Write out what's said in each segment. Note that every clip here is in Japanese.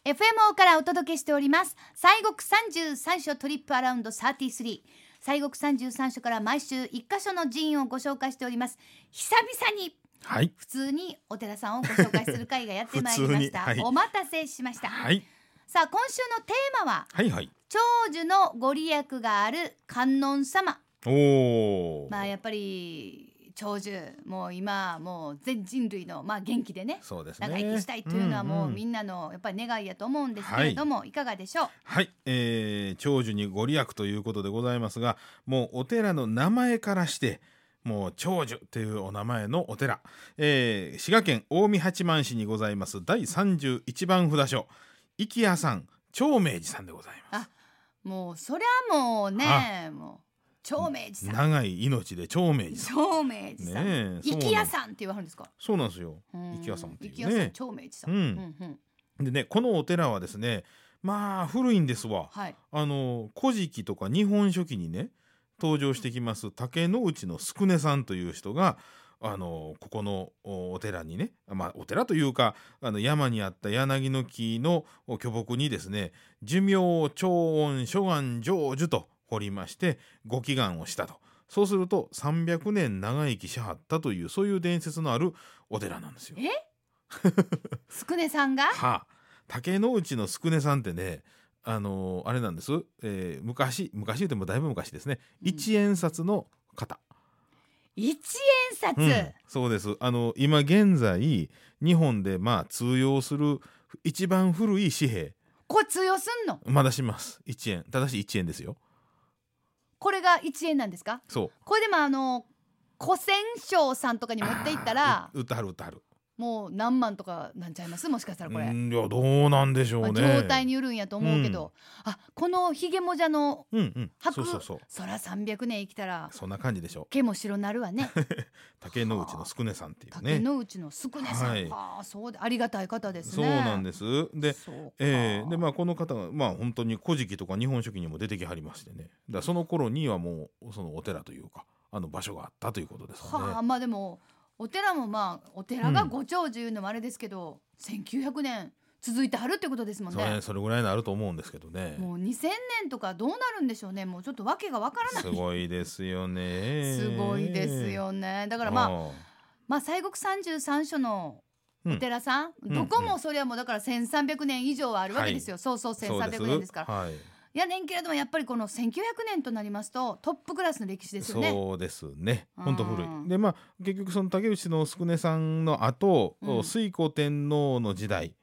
FMO からお届けしております西国33所トリップアラウンド33。西国33所から毎週1カ所の寺院をご紹介しております。久々に普通にお寺さんをご紹介する会がやってまいりました、お待たせしました、さあ今週のテーマは、長寿のご利益がある観音様。やっぱり長寿、もう今もう全人類の元気でね、長生きしたいというのはもうみんなのやっぱり願いやと思うんですけれども、いかがでしょう。 長寿にご利益ということでございますが、もうお寺の名前からしてもう長寿というお名前のお寺、滋賀県近江八幡市にございます第31番札所池谷さん長明寺さんでございます。 もうそりゃもうね、もう長明寺さん、 長い命で長明寺さん、 長明寺さん、池谷さんって言わはるんですか。 そうなんですよ、池谷さんっていうね、 池谷さん長明寺さん、 でね、このお寺はですね、古いんですわ、古事記とか日本書紀にね登場してきます竹之内の宿根さんという人がここのお寺にね、お寺というか山にあった柳の木の巨木にですね、寿命長恩諸願成就と掘りましてご祈願をしたと。そうすると300年長生きしはったという、そういう伝説のあるお寺なんですよ。 宿根さんが、 竹之内の宿根さんってね、あれなんです、昔言ってもだいぶ昔ですね、一円札の方。 一円札、 そうです。今現在日本で通用する一番古い紙幣。 これ通用すんの？ まだします。1円、ただし1円ですよ。 これが1円なんですか？ そう。 これでも古銭商さんとかに持っていったら売ってはるもう何万とかなんちゃいます？もしかしたらこれ。 いや、どうなんでしょうね。 状態によるんやと思うけど、このひげもじゃの白、そら300年生きたらそんな感じでしょう。 毛も白なるわね。 竹之内の宿根さんっていうね。 竹之内の宿根さん、そうでありがたい方ですね。 そうなんです。で、この方が本当に古事記とか日本書紀にも出てきはりましてね。だその頃にはもうそのお寺というか場所があったということですよね。 でもお寺もお寺がご長寿いうのもあれですけど、1900年続いてはるってことですもんね。 それぐらいになると思うんですけどね。 もう2000年とかどうなるんでしょうね。もうちょっとわけがわからない。 すごいですよね。 すごいですよね。だから西国33所のお寺さん、どこもそれはもうだから1300年以上はあるわけですよ。そう1300年ですから。やねんけれどもやっぱりこの1900年となりますとトップクラスの歴史ですよね。 そうですね。本当古い。で結局その竹内の宿根さんの後、推古天皇の時代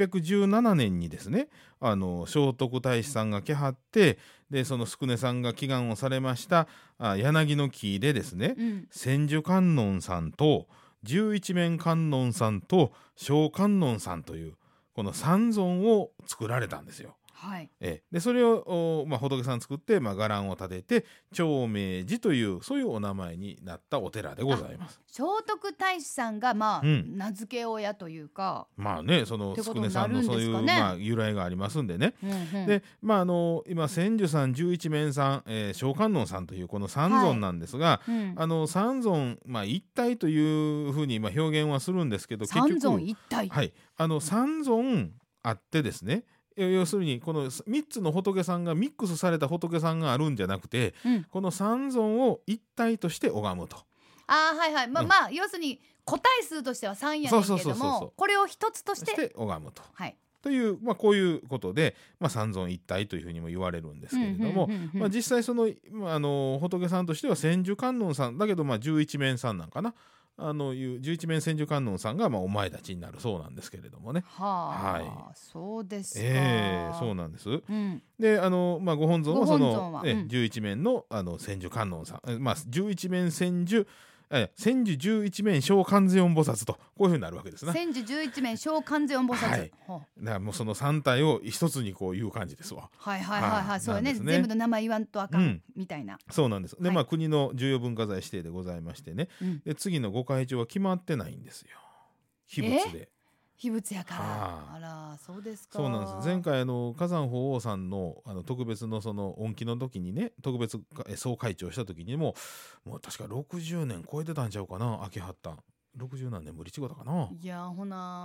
617年にですね、聖徳太子さんが来はって、でその宿根さんが祈願をされました柳の木でですね、千手観音さんと十一面観音さんと小観音さんというこの三尊を作られたんですよ。でそれを仏さん作って伽藍を立てて長明寺というそういうお名前になったお寺でございます。 聖徳太子さんが名付け親というか、 その宿根さんのそういう由来がありますんでね。で今千手さん十一面さん、小観音さんというこの三尊なんですが、三尊一体というふうに表現はするんですけど、結局三尊一体、 三尊あってですね、要するにこの3つの仏さんがミックスされた仏さんがあるんじゃなくて、この三尊を一体として拝むと。 要するに個体数としては3やねんけども、これを一つとして拝むと。というこういうことで、三尊一体というふうにも言われるんですけれども、実際その仏さんとしては千手観音さんだけど十一面さんなんかな、いう十一面千手観音さんがお前たちになるそうなんですけれどもね。 そうですか。 そうなんです。でご本尊はその十一面の千手観音さん、十一面千手十一面小観世音菩薩とこういうふうになるわけですね。 千手十一面小観世音菩薩、 だからもうその3体を一つにこう言う感じですわ。 そうね、全部の名前言わんとあかんみたいな。 そうなんです。で国の重要文化財指定でございましてね、で次のご開帳は決まってないんですよ。秘仏で。 秘仏やから。あら、そうですか。 そうなんです。前回火山法王さんの特別のその恩紀の時にね、特別総会長した時にもう確か60年超えてたんちゃうかな、秋葉ったん60何年ぶりちごだかな。 いやほな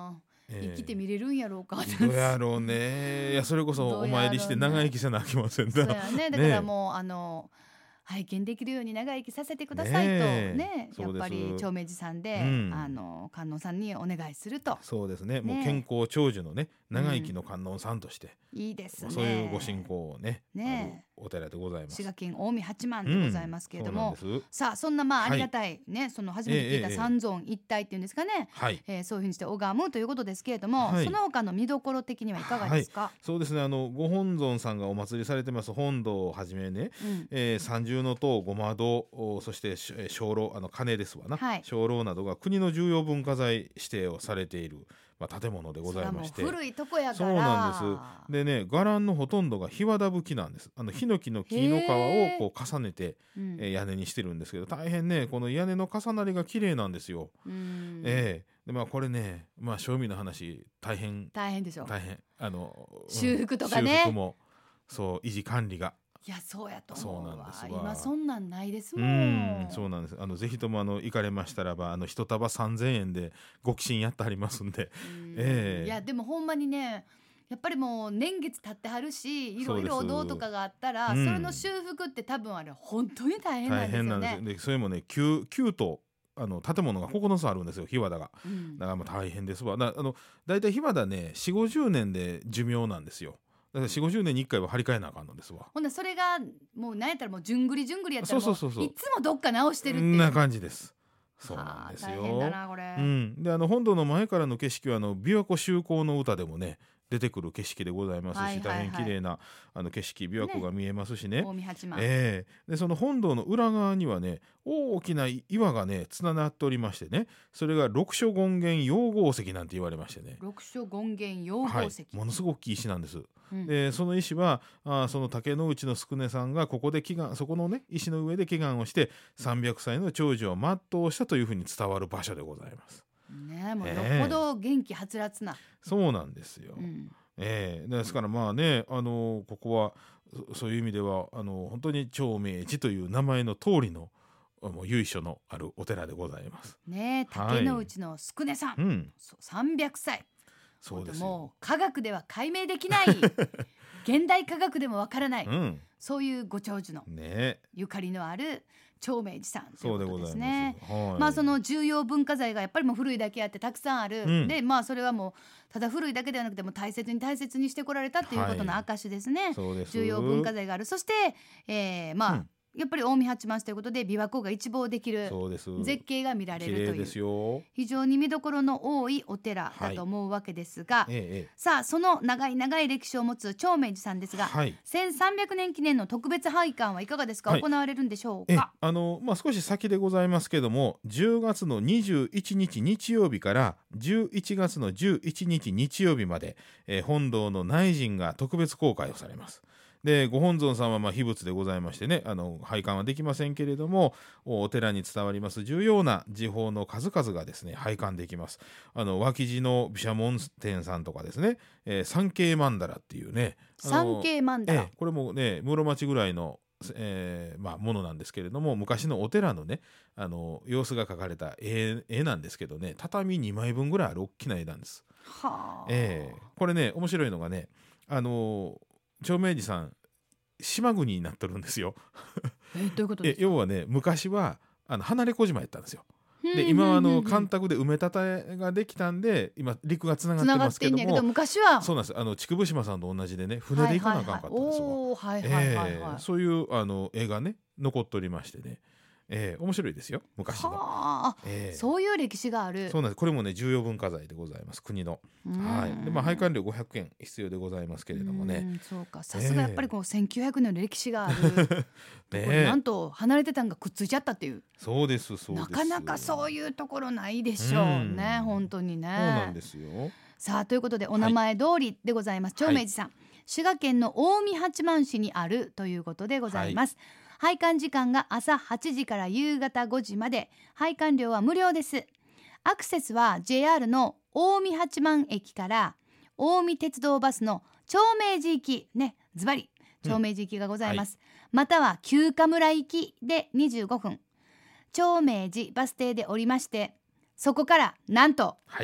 生きて見れるんやろうか。 どうやろうね。いやそれこそお参りして長生きせなあきませんそうな。 やね。だからもう拝見できるように長生きさせてくださいとね、やっぱり長明寺さんで、観音さんにお願いすると。 そうですね。もう健康長寿のね長生きの観音さんとして、 いいですね。 そういうご信仰をねお寺でございます。 滋賀県近江八幡でございますけれども、さあそんなありがたいね、その初めて聞いた三尊一体っていうんですかね、そういうふうにして拝むということですけれども、その他の見どころ的にはいかがですか？ そうですね。ご本尊さんがお祭りされてます本堂をはじめね、三重塔、ごま堂、そして鐘楼、鐘ですわな、鐘楼などが国の重要文化財指定をされている建物でございまして、 古いとこやから。 そうなんです。でね、伽藍のほとんどが檜皮葺きなんです。ヒノキの木の皮をこう重ねて、屋根にしてるんですけど、大変ねこの屋根の重なりが綺麗なんですよ。でこれね、正味の話大変でしょ。 大変修復とかね、 修復もそう維持管理が。 いやそうやと思う。 そうなんですわ。 今そんなんないですもん。 そうなんです。ぜひとも行かれましたらば一束3000円でご寄進やってはりますんで。 いやでもほんまにね、やっぱりもう年月経ってはるし、いろいろお堂とかがあったら、それの修復って多分あれ本当に大変なんですよね。大変なんです。でそれもね9棟建物が9つあるんですよ、檜皮葺が。だから大変ですわ。だいたい檜皮葺ね4、50年で寿命なんですよ。だから4、50年に1回は張り替えなあかんのですわ。 ほんなそれがもう何やったらもうじゅんぐりやったらもういつもどっか直してるっていう。 な感じです。そうなんですよ。 大変だなこれ。 で本堂の前からの景色は琵琶湖修好の歌でもね出てくる景色でございますし、大変綺麗な景色、琵琶湖が見えますしね。 近江八幡。 でその本堂の裏側にはね大きな岩がね連なっておりましてね、それが六所権現養合石なんて言われましてね。 六所権現養合石、 ものすごく大きい石なんです。でその石はその竹之内の宿根さんがここでそこのね石の上で祈願をして300歳の長寿を全うしたというふうに伝わる場所でございます。 もうよっぽど元気はつらつな。 そうなんですよ。ですからここはそういう意味では本当に長明寺という名前の通りの由緒のあるお寺でございます。 竹之内の宿根さん、300歳。 そうですよ。 もう科学では解明できない現代科学でもわからない、そういうご長寿のゆかりのある長明寺さんということですね。その重要文化財がやっぱりもう古いだけあってたくさんある、でそれはもうただ古いだけではなくても大切にしてこられたっていうことの証ですね。重要文化財がある。そして、やっぱり近江八幡市ということで琵琶湖が一望できる絶景が見られるという非常に見どころの多いお寺だと思うわけですが、さあその長い歴史を持つ長明寺さんですが、1300年記念の特別拝観はいかがですか？行われるんでしょうか？ 少し先でございますけども、10月の21日日曜日から11月の11日日曜日まで、本堂の内陣が特別公開をされます。でご本尊さんは秘仏でございましてね、拝観はできませんけれども、お寺に伝わります重要な時報の数々がですね拝観できます。脇地の毘沙門天さんとかですね、三景曼荼羅っていうね、 三景曼荼羅、 これもね室町ぐらいのものなんですけれども、昔のお寺のね様子が描かれた絵なんですけどね、畳2枚分ぐらいある大きな絵なんです。これね面白いのがね、長明寺さん島国になってるんですよ。 どういうことですか？ 要はね昔は離れ小島やったんですよ。で今は干拓で埋め立てができたんで今陸がつながってますけども、 昔はそうなんです。筑部島さんと同じでね船で行かなあかんかったんですよ。そういう絵がね残っておりましてね、面白いですよ昔の。 そういう歴史がある。 そうなんです。これもね重要文化財でございます、国の。で拝観料500円必要でございますけれどもね。 そうか、さすがやっぱりこう1900年の歴史があるなんと離れてたんがくっついちゃったっていう。 そうです。 なかなかそういうところないでしょうね、本当にね。 そうなんですよ。 さあということでお名前通りでございます、長明寺さん、滋賀県の近江八幡市にあるということでございます。拝観時間が朝8時から夕方5時まで、拝観料は無料です。アクセスは JR の近江八幡駅から近江鉄道バスの長明寺行きね、ズバリ長明寺行きがございます、または旧華村行きで25分、長明寺バス停で降りまして、そこからなんと、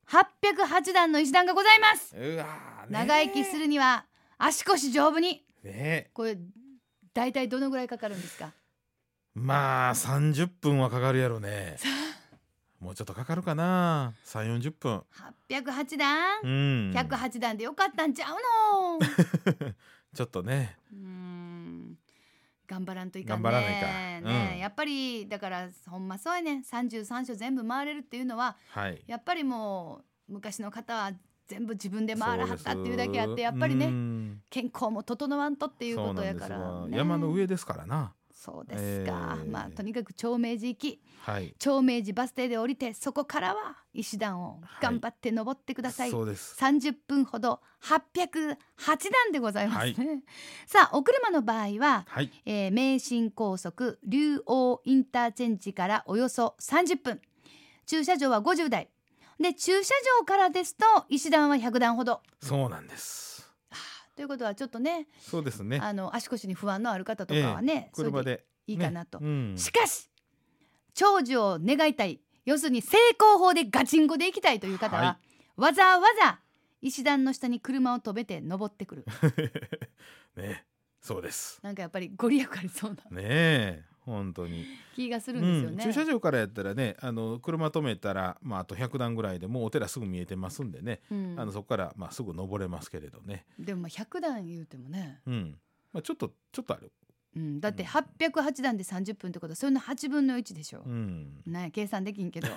808段の石段がございます。 うわー、ね、 長生きするには足腰丈夫に、 ね、 これ大体どのぐらいかかるんですか？ まあ30分はかかるやろね。もうちょっとかかるかな、3、40分。 808段、 うん、 108段でよかったんちゃうのちょっとね、 頑張らんといかんね。 頑張らないか、 ね、やっぱりだからほんまそうやね、33所全部回れるっていうのは、 はい、 やっぱりもう昔の方は全部自分で回らはったっていうだけあって、やっぱりね、健康も整わんとっていうことやから、ね、 山の上ですからな。 そうですか、まあとにかく長明寺行き、 はい、 長明寺バス停で降りて、そこからは石段を頑張って登ってください、 そうです。 30分ほど808段でございますね、 はい、 さあお車の場合は、 はい、 名神高速竜王インターチェンジからおよそ30分、駐車場は50台で、駐車場からですと石段は100段ほど。 そうなんです。 ということはちょっとね、 そうですね、 足腰に不安のある方とかはね、 車でいいかなと、 ね、 しかし長寿を願いたい、要するに成功法でガチンコで行きたいという方は、わざわざ石段の下に車を止めて登ってくるね、そうです。 なんかやっぱりご利益ありそうなねえ、本当に気がするんですよね、 駐車場からやったらね、車止めたら、あと100段ぐらいでもうお寺すぐ見えてますんでね、そこから、すぐ登れますけれどね。 でも100段言うてもね、 ちょっとある、 だって808段で30分ってことはそれの8分の1でしょ、ね、計算できんけど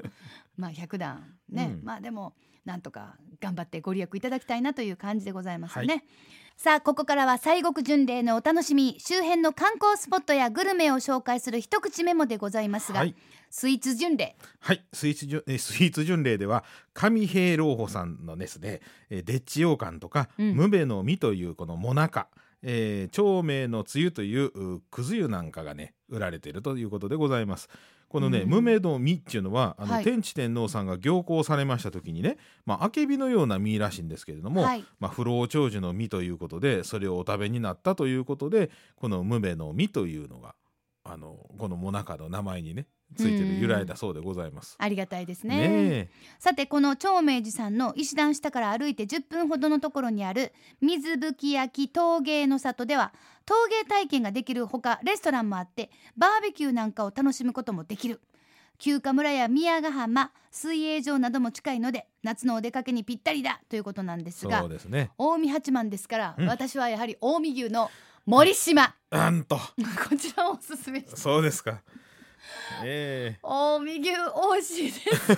100段ね、でもなんとか頑張ってご利益いただきたいなという感じでございますね、はい、さあここからは西国巡礼のお楽しみ、周辺の観光スポットやグルメを紹介する一口メモでございますが、はい、スイーツ巡礼、 はい、スイーツ巡礼では上平老舗さんのですね、でっち羊羹とか、無べの実というこのもなか、長明のつゆというくず湯なんかがね売られているということでございます。このね、無芽の実っていうのは天智天皇さんが行幸されました時にね、あけびのような実らしいんですけれども、不老長寿の実ということでそれをお食べになったということで、この無芽の実というのがこのもなかの名前にねついてる由来だそうでございます。 ありがたいですね。さてこの長明寺さんの石段下から歩いて10分ほどのところにある水吹焼陶芸の里では陶芸体験ができるほか、レストランもあってバーベキューなんかを楽しむこともできる。休暇村や宮ヶ浜、水泳場なども近いので夏のお出かけにぴったりだということなんですが、 そうですね、 近江八幡ですから、私はやはり近江牛の森島、 なんとこちらをおすすめして。 そうですか、 近江牛美味しいです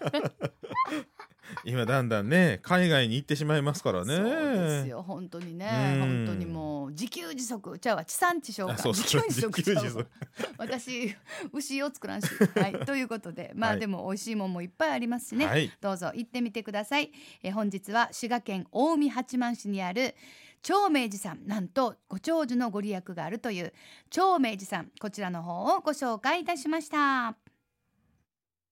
今だんだんね海外に行ってしまいますからね。 そうですよ、本当にね、本当にもう自給自足ちゃうわ、地産地消か、自給自足ちゃうわ私牛を作らんし、はい、ということででも美味しいもんもいっぱいありますしね、どうぞ行ってみてください。本日は滋賀県近江八幡市にある長明寺さん、なんとご長寿のご利益があるという長明寺さん、こちらの方をご紹介いたしました。